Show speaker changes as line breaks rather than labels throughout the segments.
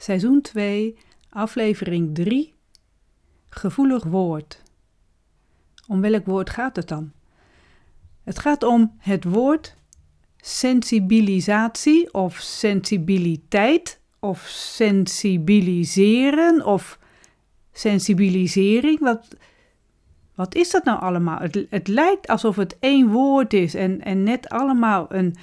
seizoen 2, aflevering 3, gevoelig woord. Om welk woord gaat het dan? Het gaat om het woord sensibilisatie of sensibiliteit of sensibiliseren of sensibilisering. Wat is dat nou allemaal? Het lijkt alsof het één woord is en net allemaal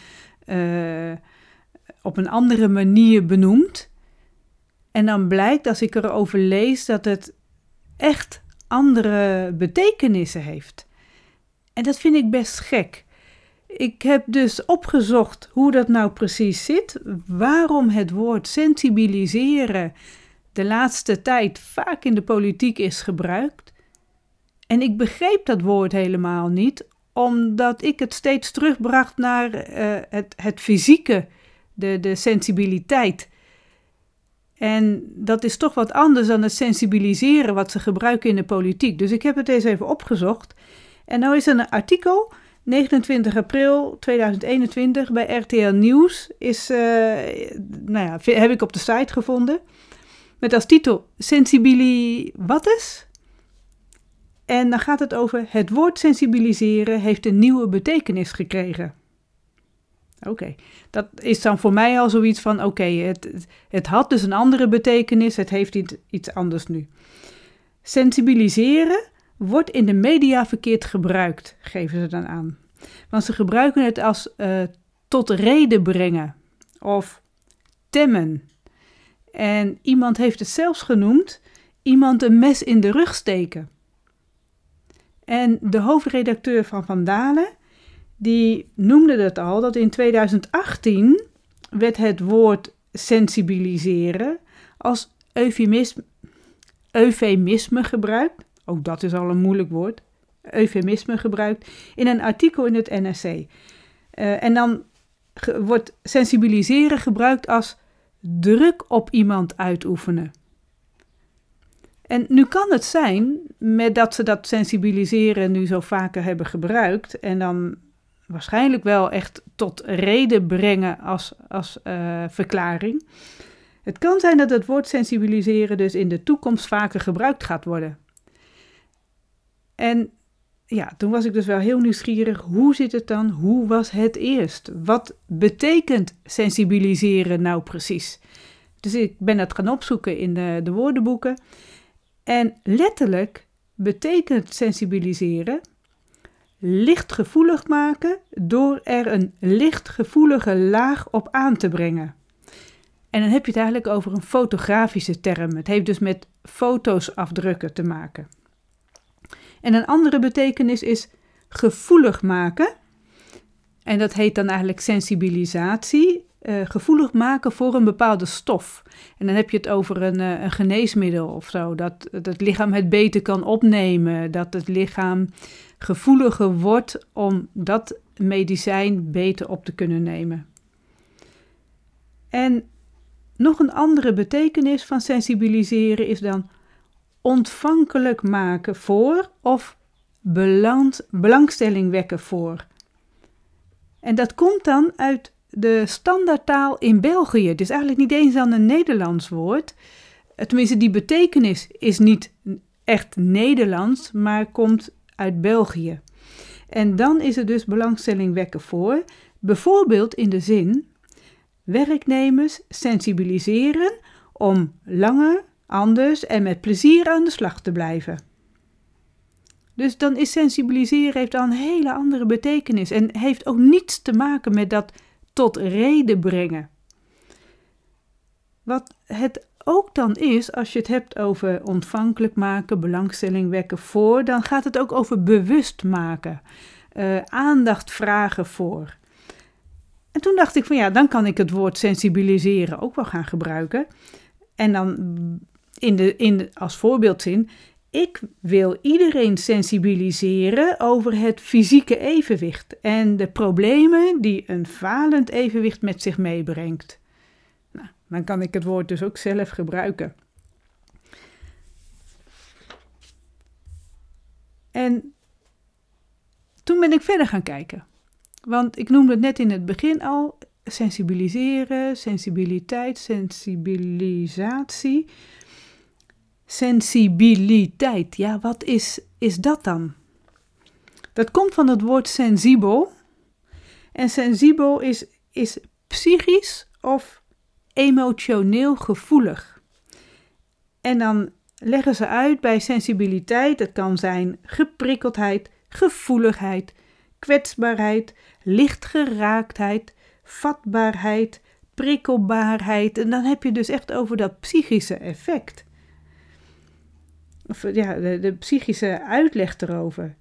op een andere manier benoemd. En dan blijkt, als ik erover lees, dat het echt andere betekenissen heeft. En dat vind ik best gek. Ik heb dus opgezocht hoe dat nou precies zit. Waarom het woord sensibiliseren de laatste tijd vaak in de politiek is gebruikt. En ik begreep dat woord helemaal niet, omdat ik het steeds terugbracht naar het fysieke, de sensibiliteit. En dat is toch wat anders dan het sensibiliseren wat ze gebruiken in de politiek. Dus ik heb het eens even opgezocht. En nou is er een artikel, 29 april 2021, bij RTL Nieuws. Heb ik op de site gevonden. Met als titel wat is? En dan gaat het over het woord sensibiliseren heeft een nieuwe betekenis gekregen. Oké, dat is dan voor mij al zoiets van, het had dus een andere betekenis, het heeft iets anders nu. Sensibiliseren wordt in de media verkeerd gebruikt, geven ze dan aan. Want ze gebruiken het als tot reden brengen of temmen. En iemand heeft het zelfs genoemd, iemand een mes in de rug steken. En de hoofdredacteur van Van Dalen, die noemde het al, dat in 2018 werd het woord sensibiliseren als eufemisme gebruikt. Ook dat is al een moeilijk woord. Eufemisme gebruikt in een artikel in het NRC. En dan wordt sensibiliseren gebruikt als druk op iemand uitoefenen. En nu kan het zijn, met dat ze dat sensibiliseren nu zo vaker hebben gebruikt en dan waarschijnlijk wel echt tot reden brengen als verklaring. Het kan zijn dat het woord sensibiliseren dus in de toekomst vaker gebruikt gaat worden. En ja, toen was ik dus wel heel nieuwsgierig. Hoe zit het dan? Hoe was het eerst? Wat betekent sensibiliseren nou precies? Dus ik ben dat gaan opzoeken in de woordenboeken. En letterlijk betekent sensibiliseren lichtgevoelig maken door er een lichtgevoelige laag op aan te brengen. En dan heb je het eigenlijk over een fotografische term. Het heeft dus met foto's afdrukken te maken. En een andere betekenis is gevoelig maken. En dat heet dan eigenlijk sensibilisatie. Gevoelig maken voor een bepaalde stof. En dan heb je het over een geneesmiddel of zo. Dat het lichaam het beter kan opnemen. Dat het lichaam gevoeliger wordt om dat medicijn beter op te kunnen nemen. En nog een andere betekenis van sensibiliseren is dan ontvankelijk maken voor of belangstelling wekken voor. En dat komt dan uit de standaardtaal in België. Het is eigenlijk niet eens dan een Nederlands woord. Tenminste, die betekenis is niet echt Nederlands, maar komt uit België. En dan is er dus belangstelling wekken voor. Bijvoorbeeld in de zin, werknemers sensibiliseren om langer, anders en met plezier aan de slag te blijven. Dus dan is sensibiliseren heeft dan een hele andere betekenis en heeft ook niets te maken met dat tot reden brengen. Wat het ook dan is, als je het hebt over ontvankelijk maken, belangstelling wekken voor, dan gaat het ook over bewust maken, aandacht vragen voor. En toen dacht ik van ja, dan kan ik het woord sensibiliseren ook wel gaan gebruiken. En dan als voorbeeldzin, ik wil iedereen sensibiliseren over het fysieke evenwicht en de problemen die een falend evenwicht met zich meebrengt. Nou, dan kan ik het woord dus ook zelf gebruiken. En toen ben ik verder gaan kijken. Want ik noemde het net in het begin al, sensibiliseren, sensibiliteit, sensibilisatie. Sensibiliteit, ja, wat is dat dan? Dat komt van het woord sensibel. En sensibel is psychisch of emotioneel gevoelig. En dan leggen ze uit bij sensibiliteit, dat kan zijn geprikkeldheid, gevoeligheid, kwetsbaarheid, lichtgeraaktheid, vatbaarheid, prikkelbaarheid. En dan heb je dus echt over dat psychische effect. Of ja, de psychische uitleg erover.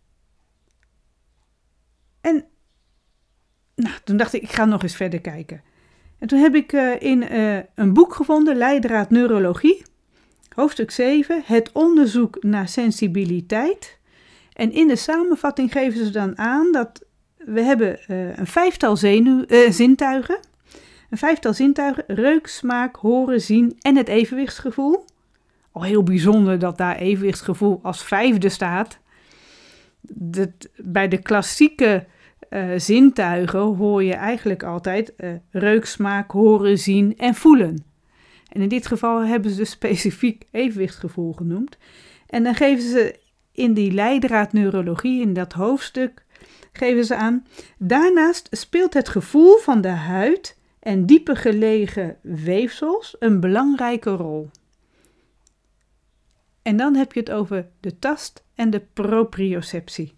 En toen dacht ik ga nog eens verder kijken. En toen heb ik in een boek gevonden, Leidraad Neurologie, hoofdstuk 7, het onderzoek naar sensibiliteit. En in de samenvatting geven ze dan aan dat we hebben een vijftal zintuigen. Een vijftal zintuigen, reuk, smaak, horen, zien en het evenwichtsgevoel. Al heel bijzonder dat daar evenwichtsgevoel als vijfde staat. Bij de klassieke zintuigen hoor je eigenlijk altijd reuk, smaak, horen, zien en voelen. En in dit geval hebben ze dus specifiek evenwichtsgevoel genoemd. En dan geven ze in die leidraad neurologie, in dat hoofdstuk, geven ze aan. Daarnaast speelt het gevoel van de huid en dieper gelegen weefsels een belangrijke rol. En dan heb je het over de tast en de proprioceptie.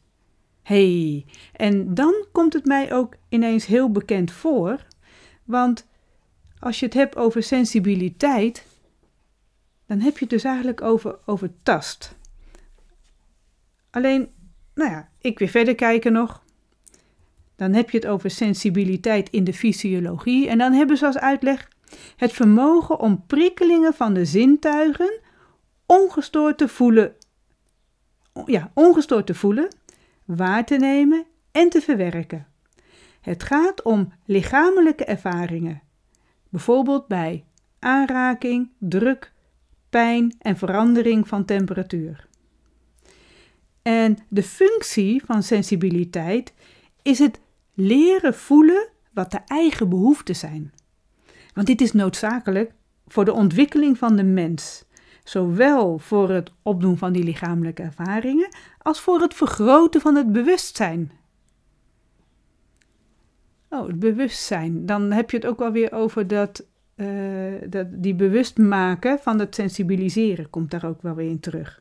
En dan komt het mij ook ineens heel bekend voor, want als je het hebt over sensibiliteit, dan heb je het dus eigenlijk over tast. Alleen, ik weer verder kijken nog. Dan heb je het over sensibiliteit in de fysiologie en dan hebben ze als uitleg het vermogen om prikkelingen van de zintuigen ongestoord te voelen, waar te nemen en te verwerken. Het gaat om lichamelijke ervaringen, bijvoorbeeld bij aanraking, druk, pijn en verandering van temperatuur. En de functie van sensibiliteit is het leren voelen wat de eigen behoeften zijn. Want dit is noodzakelijk voor de ontwikkeling van de mens. Zowel voor het opdoen van die lichamelijke ervaringen, als voor het vergroten van het bewustzijn. Het bewustzijn. Dan heb je het ook wel weer over die bewust maken van het sensibiliseren. Komt daar ook wel weer in terug.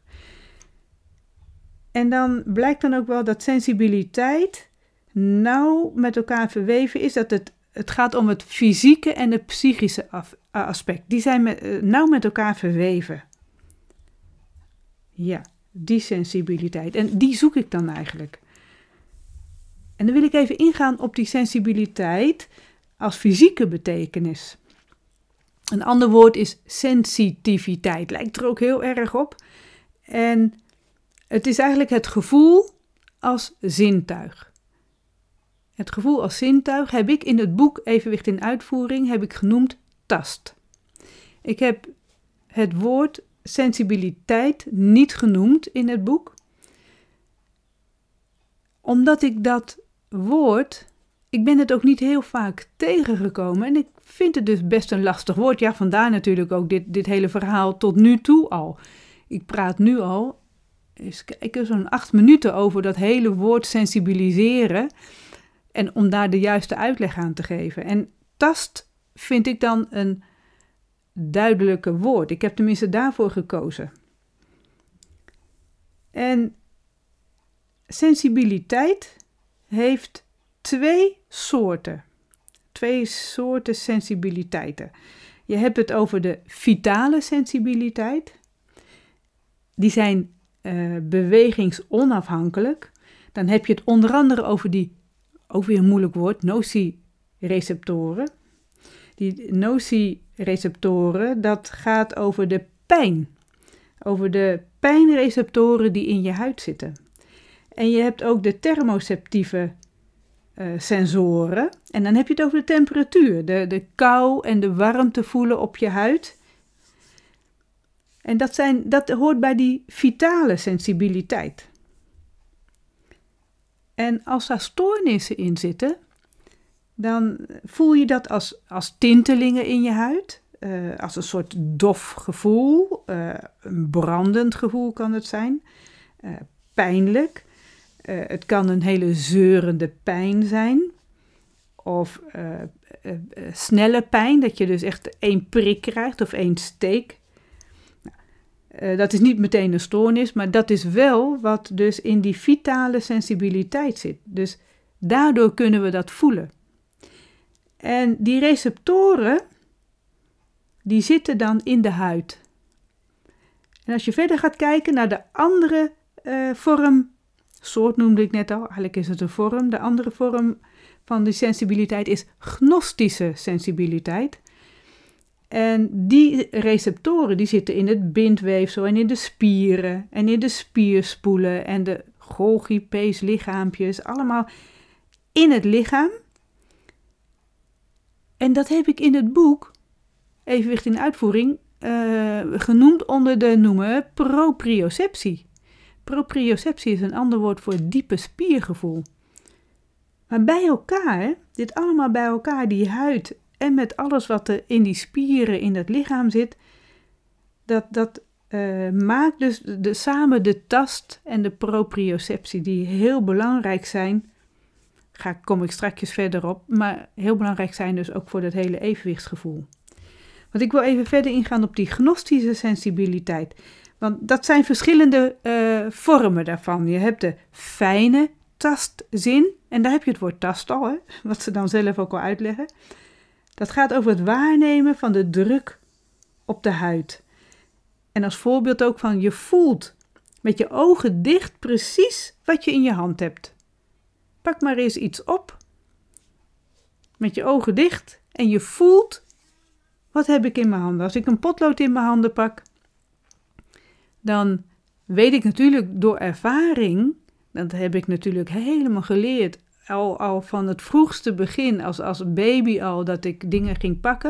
En dan blijkt dan ook wel dat sensibiliteit nauw met elkaar verweven is. Dat het gaat om het fysieke en het psychische aspect. Die zijn nauw met elkaar verweven. Ja, die sensibiliteit. En die zoek ik dan eigenlijk. En dan wil ik even ingaan op die sensibiliteit als fysieke betekenis. Een ander woord is sensitiviteit. Lijkt er ook heel erg op. En het is eigenlijk het gevoel als zintuig. Het gevoel als zintuig heb ik in het boek Evenwicht in Uitvoering heb ik genoemd tast. Ik heb het woord sensibiliteit niet genoemd in het boek, omdat ik dat woord, ik ben het ook niet heel vaak tegengekomen en ik vind het dus best een lastig woord. Ja, vandaar natuurlijk ook dit hele verhaal tot nu toe al. Ik praat nu al, eens kijken, zo'n 8 minuten over dat hele woord sensibiliseren en om daar de juiste uitleg aan te geven. En tast vind ik dan een duidelijke woord. Ik heb tenminste daarvoor gekozen. En sensibiliteit heeft twee soorten sensibiliteiten. Je hebt het over de vitale sensibiliteit. Die zijn bewegingsonafhankelijk. Dan heb je het onder andere over die, ook weer een moeilijk woord, nociceptoren. Die nociceptoren, dat gaat over de pijn. Over de pijnreceptoren die in je huid zitten. En je hebt ook de thermoceptieve sensoren. En dan heb je het over de temperatuur. De kou en de warmte voelen op je huid. En dat hoort bij die vitale sensibiliteit. En als daar stoornissen in zitten, dan voel je dat als tintelingen in je huid. Als een soort dof gevoel. Een brandend gevoel kan het zijn. Pijnlijk. Het kan een hele zeurende pijn zijn. Of snelle pijn, dat je dus echt 1 prik krijgt of 1 steek. Dat is niet meteen een stoornis, maar dat is wel wat dus in die vitale sensibiliteit zit. Dus daardoor kunnen we dat voelen. En die receptoren, die zitten dan in de huid. En als je verder gaat kijken naar de andere soort noemde ik net al, eigenlijk is het een vorm. De andere vorm van die sensibiliteit is gnostische sensibiliteit. En die receptoren die zitten in het bindweefsel en in de spieren en in de spierspoelen en de Golgi-peeslichaampjes, allemaal in het lichaam. En dat heb ik in het boek, Evenwicht in uitvoering, genoemd onder de noemer proprioceptie. Proprioceptie is een ander woord voor diepe spiergevoel. Maar bij elkaar, dit allemaal bij elkaar, die huid en met alles wat er in die spieren in het lichaam zit, dat maakt dus samen de tast en de proprioceptie, die heel belangrijk zijn. Kom ik straks verder op, maar heel belangrijk zijn dus ook voor dat hele evenwichtsgevoel. Want ik wil even verder ingaan op die gnostische sensibiliteit. Want dat zijn verschillende vormen daarvan. Je hebt de fijne tastzin, en daar heb je het woord tast al, hè, wat ze dan zelf ook al uitleggen. Dat gaat over het waarnemen van de druk op de huid. En als voorbeeld ook van je voelt met je ogen dicht precies wat je in je hand hebt. Pak maar eens iets op, met je ogen dicht en je voelt, wat heb ik in mijn handen? Als ik een potlood in mijn handen pak, dan weet ik natuurlijk door ervaring, dat heb ik natuurlijk helemaal geleerd, al van het vroegste begin, als baby al, dat ik dingen ging pakken,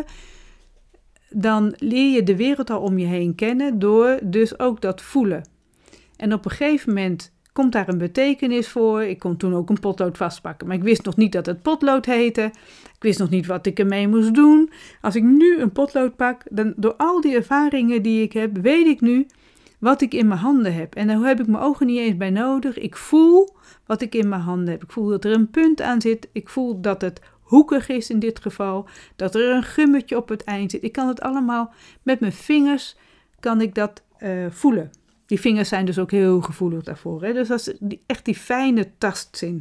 dan leer je de wereld al om je heen kennen door dus ook dat voelen. En op een gegeven moment komt daar een betekenis voor. Ik kon toen ook een potlood vastpakken, maar ik wist nog niet dat het potlood heette. Ik wist nog niet wat ik ermee moest doen. Als ik nu een potlood pak, dan door al die ervaringen die ik heb, weet ik nu wat ik in mijn handen heb. En daar heb ik mijn ogen niet eens bij nodig. Ik voel wat ik in mijn handen heb. Ik voel dat er een punt aan zit. Ik voel dat het hoekig is in dit geval. Dat er een gummetje op het eind zit. Ik kan het allemaal met mijn vingers, kan ik dat voelen. Die vingers zijn dus ook heel gevoelig daarvoor. Hè? Dus dat is echt die fijne tastzin.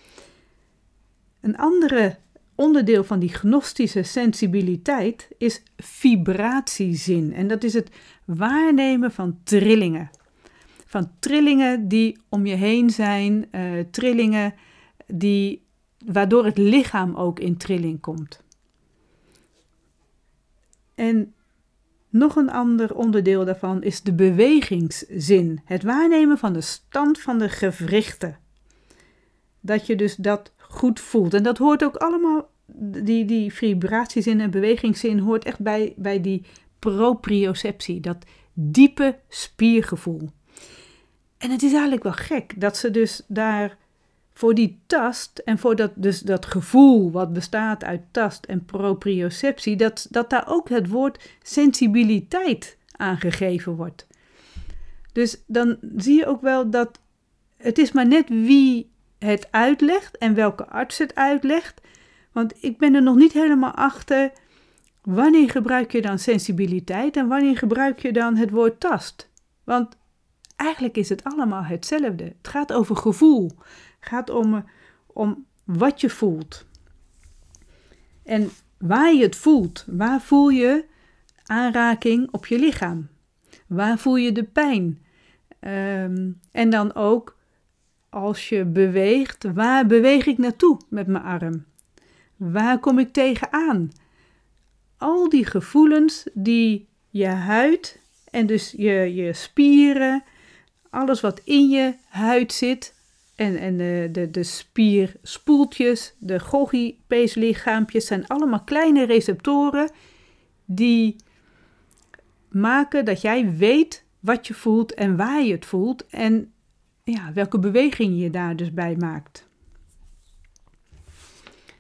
Een andere onderdeel van die gnostische sensibiliteit is vibratiezin. En dat is het waarnemen van trillingen. Van trillingen die om je heen zijn, trillingen waardoor het lichaam ook in trilling komt. En nog een ander onderdeel daarvan is de bewegingszin. Het waarnemen van de stand van de gewrichten. Dat je dus dat goed voelt. En dat hoort ook allemaal, die vibratiezin en bewegingszin hoort echt bij die proprioceptie. Dat diepe spiergevoel. En het is eigenlijk wel gek dat ze dus daar voor die tast en voor dat gevoel wat bestaat uit tast en proprioceptie, dat daar ook het woord sensibiliteit aangegeven wordt. Dus dan zie je ook wel dat het is maar net wie het uitlegt en welke arts het uitlegt. Want ik ben er nog niet helemaal achter, wanneer gebruik je dan sensibiliteit en wanneer gebruik je dan het woord tast? Want eigenlijk is het allemaal hetzelfde. Het gaat over gevoel. Het gaat om wat je voelt. En waar je het voelt. Waar voel je aanraking op je lichaam? Waar voel je de pijn? En dan ook als je beweegt, waar beweeg ik naartoe met mijn arm? Waar kom ik tegenaan? Al die gevoelens die je huid en dus je spieren, alles wat in je huid zit en de spierspoeltjes, de Golgi-peeslichaampjes zijn allemaal kleine receptoren die maken dat jij weet wat je voelt en waar je het voelt en welke beweging je daar dus bij maakt.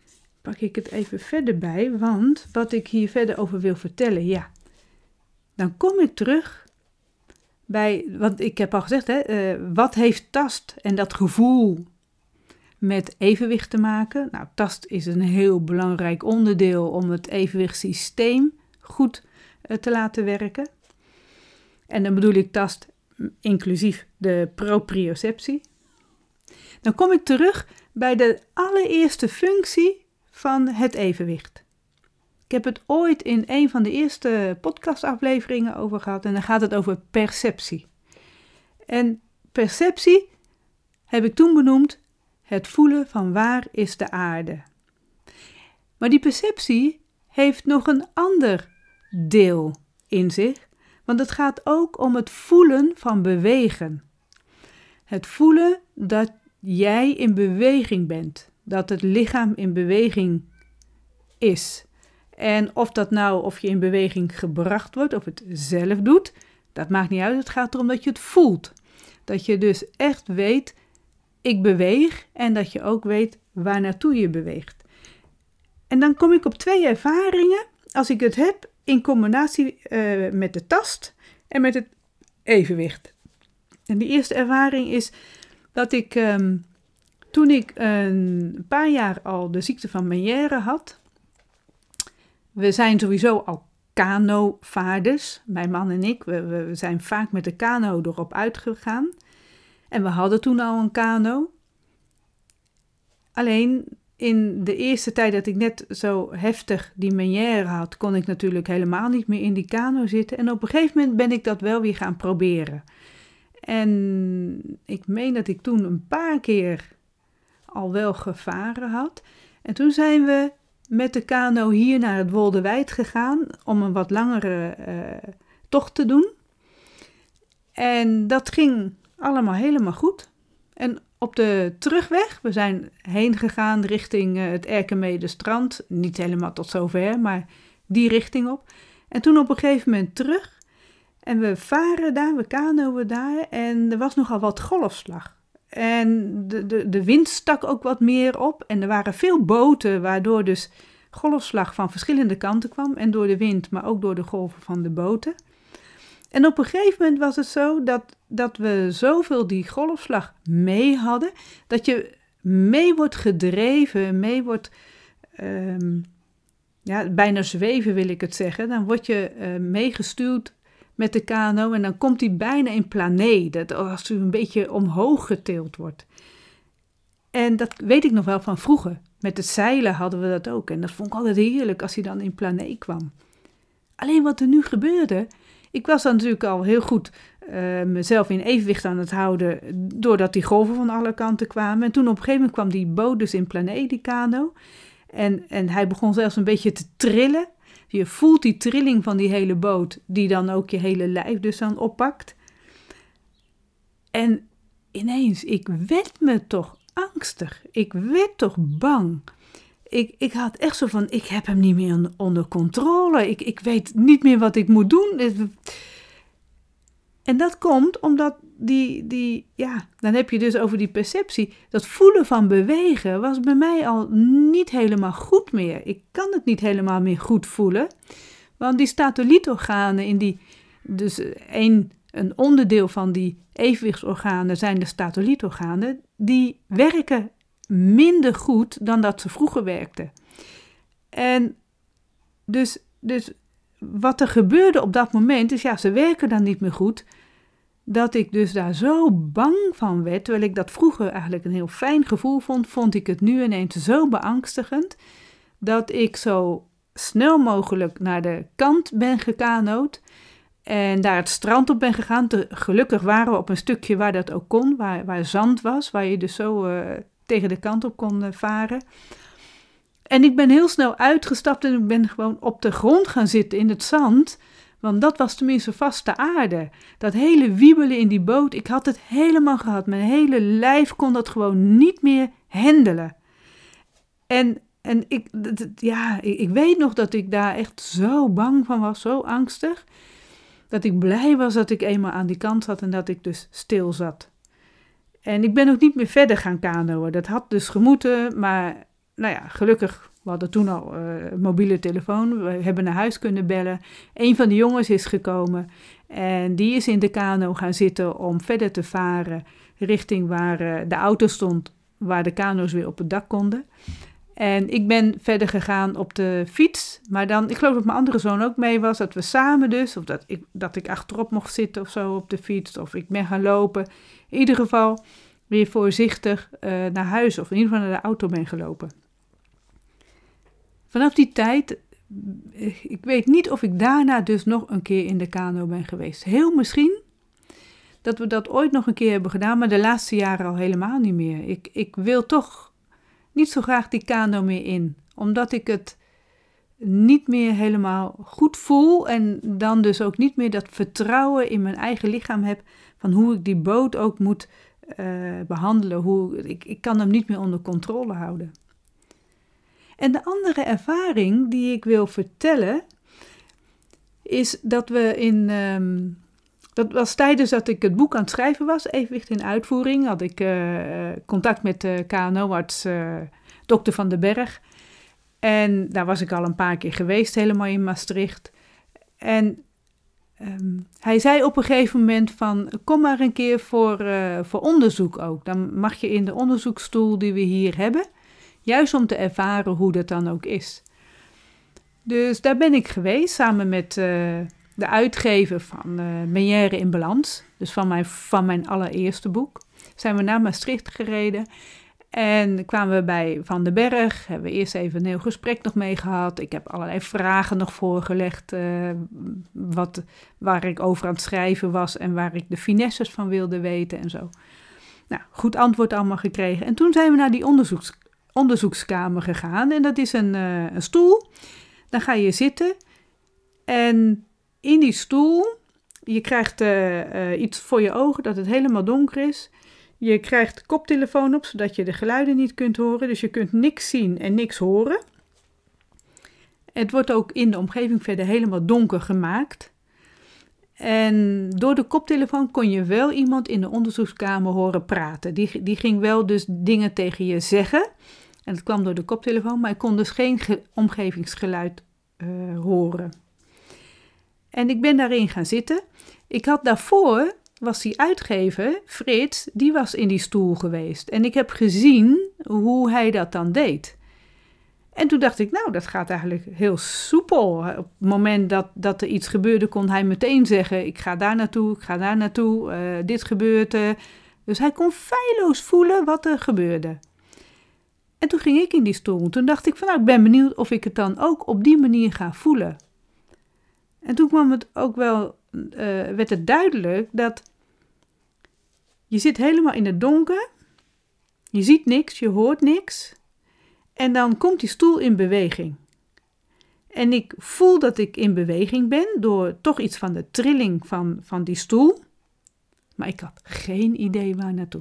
pak ik het even verder bij, want wat ik hier verder over wil vertellen, ja, dan kom ik terug bij, want ik heb al gezegd, wat heeft tast en dat gevoel met evenwicht te maken? Nou, tast is een heel belangrijk onderdeel om het evenwichtssysteem goed te laten werken. En dan bedoel ik tast inclusief de proprioceptie. Dan kom ik terug bij de allereerste functie van het evenwicht. Ik heb het ooit in een van de eerste podcastafleveringen over gehad en dan gaat het over perceptie. En perceptie heb ik toen benoemd het voelen van waar is de aarde. Maar die perceptie heeft nog een ander deel in zich, want het gaat ook om het voelen van bewegen. Het voelen dat jij in beweging bent, dat het lichaam in beweging is. En of je in beweging gebracht wordt, of het zelf doet, dat maakt niet uit. Het gaat erom dat je het voelt. Dat je dus echt weet, ik beweeg en dat je ook weet waar naartoe je beweegt. En dan kom ik op 2 ervaringen, als ik het heb in combinatie met de tast en met het evenwicht. En de eerste ervaring is dat ik, toen ik een paar jaar al de ziekte van Meniere had, we zijn sowieso al kanovaarders, mijn man en ik, we zijn vaak met de kano erop uitgegaan. En we hadden toen al een kano. Alleen in de eerste tijd dat ik net zo heftig die Meniere had, kon ik natuurlijk helemaal niet meer in die kano zitten. En op een gegeven moment ben ik dat wel weer gaan proberen. En ik meen dat ik toen een paar keer al wel gevaren had. En toen zijn we met de kano hier naar het Wolderwijd gegaan om een wat langere tocht te doen. En dat ging allemaal helemaal goed. En op de terugweg, we zijn heen gegaan richting het Erkenmede-strand. Niet helemaal tot zover, maar die richting op. En toen op een gegeven moment terug. En we varen daar, we kanoën daar. En er was nogal wat golfslag. En de wind stak ook wat meer op. En er waren veel boten, waardoor dus golfslag van verschillende kanten kwam. En door de wind, maar ook door de golven van de boten. En op een gegeven moment was het zo dat we zoveel die golfslag mee hadden, dat je mee wordt gedreven, mee wordt, bijna zweven wil ik het zeggen. Dan word je meegestuurd met de kano en dan komt die bijna in planee, dat als u een beetje omhoog getild wordt. En dat weet ik nog wel van vroeger. Met het zeilen hadden we dat ook en dat vond ik altijd heerlijk als hij dan in planee kwam. Alleen wat er nu gebeurde, ik was dan natuurlijk al heel goed mezelf in evenwicht aan het houden, doordat die golven van alle kanten kwamen. En toen op een gegeven moment kwam die boot dus in planee, die kano. En hij begon zelfs een beetje te trillen. Je voelt die trilling van die hele boot, die dan ook je hele lijf dus dan oppakt. En ineens, ik werd me toch angstig. Ik werd toch bang. Ik had echt zo van, ik heb hem niet meer onder controle. Ik weet niet meer wat ik moet doen. En dat komt omdat dan heb je dus over die perceptie. Dat voelen van bewegen was bij mij al niet helemaal goed meer. Ik kan het niet helemaal meer goed voelen. Want die statolietorganen, dus een onderdeel van die evenwichtsorganen zijn de statolietorganen, die werken minder goed dan dat ze vroeger werkten. En dus wat er gebeurde op dat moment is, ze werken dan niet meer goed, dat ik dus daar zo bang van werd, terwijl ik dat vroeger eigenlijk een heel fijn gevoel vond ik het nu ineens zo beangstigend, dat ik zo snel mogelijk naar de kant ben gekanood en daar het strand op ben gegaan. Gelukkig waren we op een stukje waar dat ook kon, waar zand was, waar je dus zo tegen de kant op kon varen. En ik ben heel snel uitgestapt en ik ben gewoon op de grond gaan zitten in het zand, want dat was tenminste vaste aarde. Dat hele wiebelen in die boot, ik had het helemaal gehad. Mijn hele lijf kon dat gewoon niet meer handelen. En ik weet nog dat ik daar echt zo bang van was, zo angstig, dat ik blij was dat ik eenmaal aan die kant zat en dat ik dus stil zat. En ik ben ook niet meer verder gaan kanoën. Dat had dus gemoeten, maar gelukkig We hadden toen al een mobiele telefoon. We hebben naar huis kunnen bellen. Een van de jongens is gekomen. En die is in de kano gaan zitten om verder te varen richting waar de auto stond, waar de kano's weer op het dak konden. En ik ben verder gegaan op de fiets. Maar dan, ik geloof dat mijn andere zoon ook mee was. Dat we samen dus, of dat ik achterop mocht zitten of zo op de fiets. Of ik ben gaan lopen. In ieder geval weer voorzichtig naar huis. Of in ieder geval naar de auto ben gelopen. Vanaf die tijd, ik weet niet of ik daarna dus nog een keer in de kano ben geweest. Heel misschien dat we dat ooit nog een keer hebben gedaan, maar de laatste jaren al helemaal niet meer. Ik wil toch niet zo graag die kano meer in, omdat ik het niet meer helemaal goed voel en dan dus ook niet meer dat vertrouwen in mijn eigen lichaam heb van hoe ik die boot ook moet behandelen. Ik kan hem niet meer onder controle houden. En de andere ervaring die ik wil vertellen is dat we dat was tijdens dat ik het boek aan het schrijven was, Evenwicht in uitvoering, had ik contact met de KNO-arts Dr. van den Berg. En daar was ik al een paar keer geweest, helemaal in Maastricht. En hij zei op een gegeven moment van, kom maar een keer voor onderzoek ook. Dan mag je in de onderzoeksstoel die we hier hebben, juist om te ervaren hoe dat dan ook is. Dus daar ben ik geweest, samen met de uitgever van Menière in Balans. Dus van mijn allereerste boek. Zijn we naar Maastricht gereden. En kwamen we bij Van den Berg. Hebben we eerst even een heel gesprek nog mee gehad. Ik heb allerlei vragen nog voorgelegd. Waar ik over aan het schrijven was. En waar ik de finesses van wilde weten en zo. Nou, goed antwoord allemaal gekregen. En toen zijn we naar die onderzoekskamer gegaan. En dat is een stoel. Dan ga je zitten. En in die stoel, je krijgt iets voor je ogen dat het helemaal donker is. Je krijgt koptelefoon op, zodat je de geluiden niet kunt horen. Dus je kunt niks zien en niks horen. Het wordt ook in de omgeving verder helemaal donker gemaakt. En door de koptelefoon kon je wel iemand in de onderzoekskamer horen praten. Die ging wel dus dingen tegen je zeggen. En dat kwam door de koptelefoon, maar ik kon dus geen omgevingsgeluid horen. En ik ben daarin gaan zitten. Ik had daarvoor, was die uitgever, Frits, die was in die stoel geweest. En ik heb gezien hoe hij dat dan deed. En toen dacht ik, nou, dat gaat eigenlijk heel soepel. Op het moment dat er iets gebeurde, kon hij meteen zeggen, ik ga daar naartoe, dit gebeurt er. Dus hij kon feilloos voelen wat er gebeurde. En toen ging ik in die stoel. Toen dacht ik van, nou, ik ben benieuwd of ik het dan ook op die manier ga voelen. En toen kwam het ook wel, werd het duidelijk dat je zit helemaal in het donker. Je ziet niks, je hoort niks. En dan komt die stoel in beweging. En ik voel dat ik in beweging ben door toch iets van de trilling van die stoel. Maar ik had geen idee waar naartoe.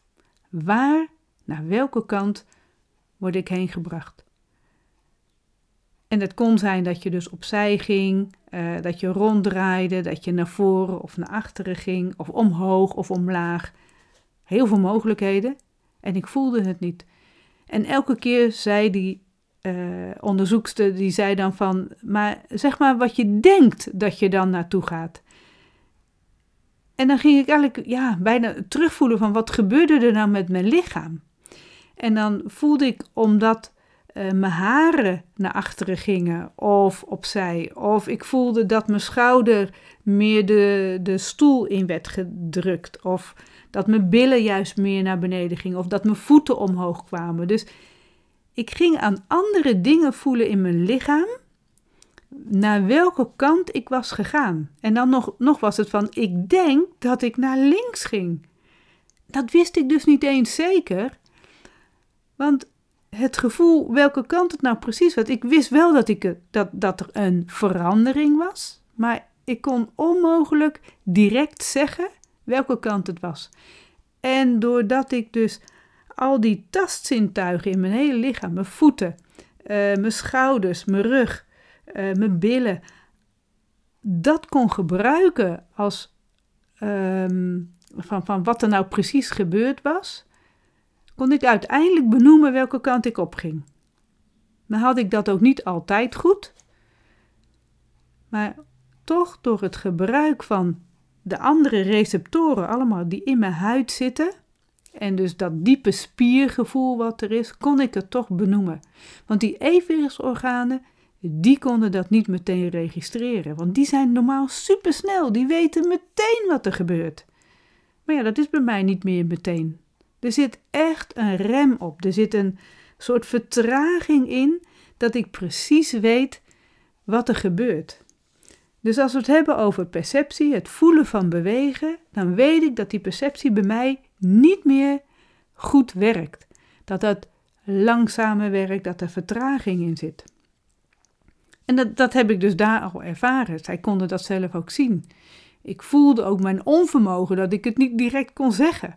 Naar welke kant word ik heen gebracht? En het kon zijn dat je dus opzij ging, dat je ronddraaide, dat je naar voren of naar achteren ging, of omhoog of omlaag. Heel veel mogelijkheden. En ik voelde het niet. En elke keer zei die onderzoekster, die zei dan van, maar zeg maar wat je denkt dat je dan naartoe gaat. En dan ging ik eigenlijk bijna terugvoelen van wat gebeurde er nou met mijn lichaam. En dan voelde ik, omdat mijn haren naar achteren gingen of opzij, of ik voelde dat mijn schouder meer de stoel in werd gedrukt, of dat mijn billen juist meer naar beneden gingen, of dat mijn voeten omhoog kwamen. Dus ik ging aan andere dingen voelen in mijn lichaam, naar welke kant ik was gegaan. En dan nog was het van, ik denk dat ik naar links ging. Dat wist ik dus niet eens zeker, want het gevoel welke kant het nou precies was, ik wist wel dat er een verandering was, maar ik kon onmogelijk direct zeggen welke kant het was. En doordat ik dus al die tastzintuigen in mijn hele lichaam, mijn voeten, mijn schouders, mijn rug, mijn billen, dat kon gebruiken als van wat er nou precies gebeurd was, kon ik uiteindelijk benoemen welke kant ik opging. Dan had ik dat ook niet altijd goed. Maar toch door het gebruik van de andere receptoren allemaal die in mijn huid zitten en dus dat diepe spiergevoel wat er is, kon ik het toch benoemen. Want die evenwichtsorganen, die konden dat niet meteen registreren. Want die zijn normaal supersnel, die weten meteen wat er gebeurt. Maar ja, dat is bij mij niet meer meteen. Er zit echt een rem op, er zit een soort vertraging in dat ik precies weet wat er gebeurt. Dus als we het hebben over perceptie, het voelen van bewegen, dan weet ik dat die perceptie bij mij niet meer goed werkt. Dat het langzamer werkt, dat er vertraging in zit. En dat heb ik dus daar al ervaren. Zij konden dat zelf ook zien. Ik voelde ook mijn onvermogen, dat ik het niet direct kon zeggen.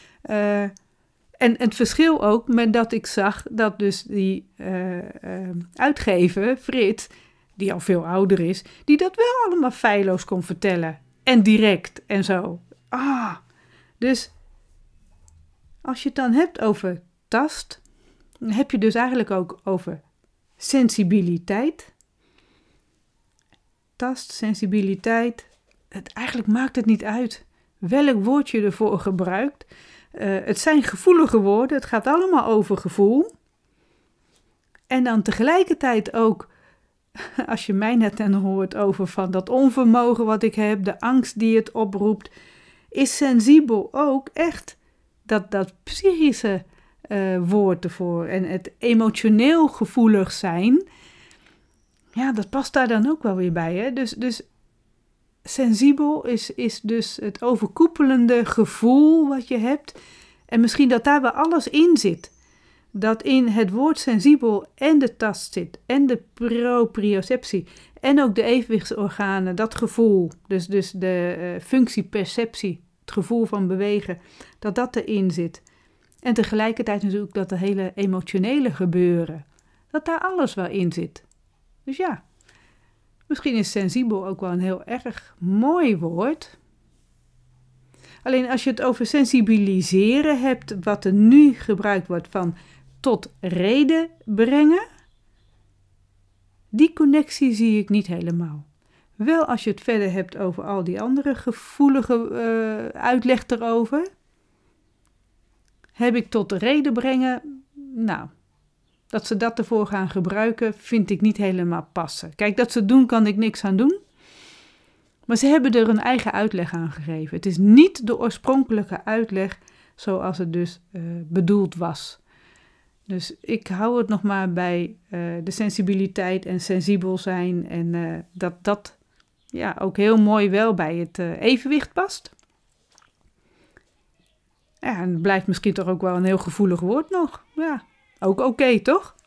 En het verschil ook met dat ik zag dat dus die uitgever, Frits, die al veel ouder is, die dat wel allemaal feilloos kon vertellen. En direct en zo. Dus als je het dan hebt over tast, dan heb je dus eigenlijk ook over sensibiliteit. Tast, sensibiliteit, eigenlijk maakt het niet uit welk woord je ervoor gebruikt. Het zijn gevoelige woorden, het gaat allemaal over gevoel. En dan tegelijkertijd ook, als je mij net dan hoort over van dat onvermogen wat ik heb, de angst die het oproept, is sensibel ook echt dat psychische woord ervoor. En het emotioneel gevoelig zijn, ja, dat past daar dan ook wel weer bij. Hè? Dus sensibel is dus het overkoepelende gevoel wat je hebt. En misschien dat daar wel alles in zit. Dat in het woord sensibel en de tast zit. En de proprioceptie. En ook de evenwichtsorganen, dat gevoel. Dus de functieperceptie, het gevoel van bewegen. Dat erin zit. En tegelijkertijd natuurlijk dat hele emotionele gebeuren. Dat daar alles wel in zit. Dus ja, misschien is sensibel ook wel een heel erg mooi woord. Alleen als je het over sensibiliseren hebt, wat er nu gebruikt wordt van tot reden brengen, die connectie zie ik niet helemaal. Wel als je het verder hebt over al die andere gevoelige uitleg erover, heb ik tot de reden brengen, nou, dat ze dat ervoor gaan gebruiken, vind ik niet helemaal passen. Kijk, dat ze het doen, kan ik niks aan doen. Maar ze hebben er een eigen uitleg aan gegeven. Het is niet de oorspronkelijke uitleg zoals het dus bedoeld was. Dus ik hou het nog maar bij de sensibiliteit en sensibel zijn. En dat ja, ook heel mooi wel bij het evenwicht past. Ja, en het blijft misschien toch ook wel een heel gevoelig woord nog. Ja, ook oké, toch?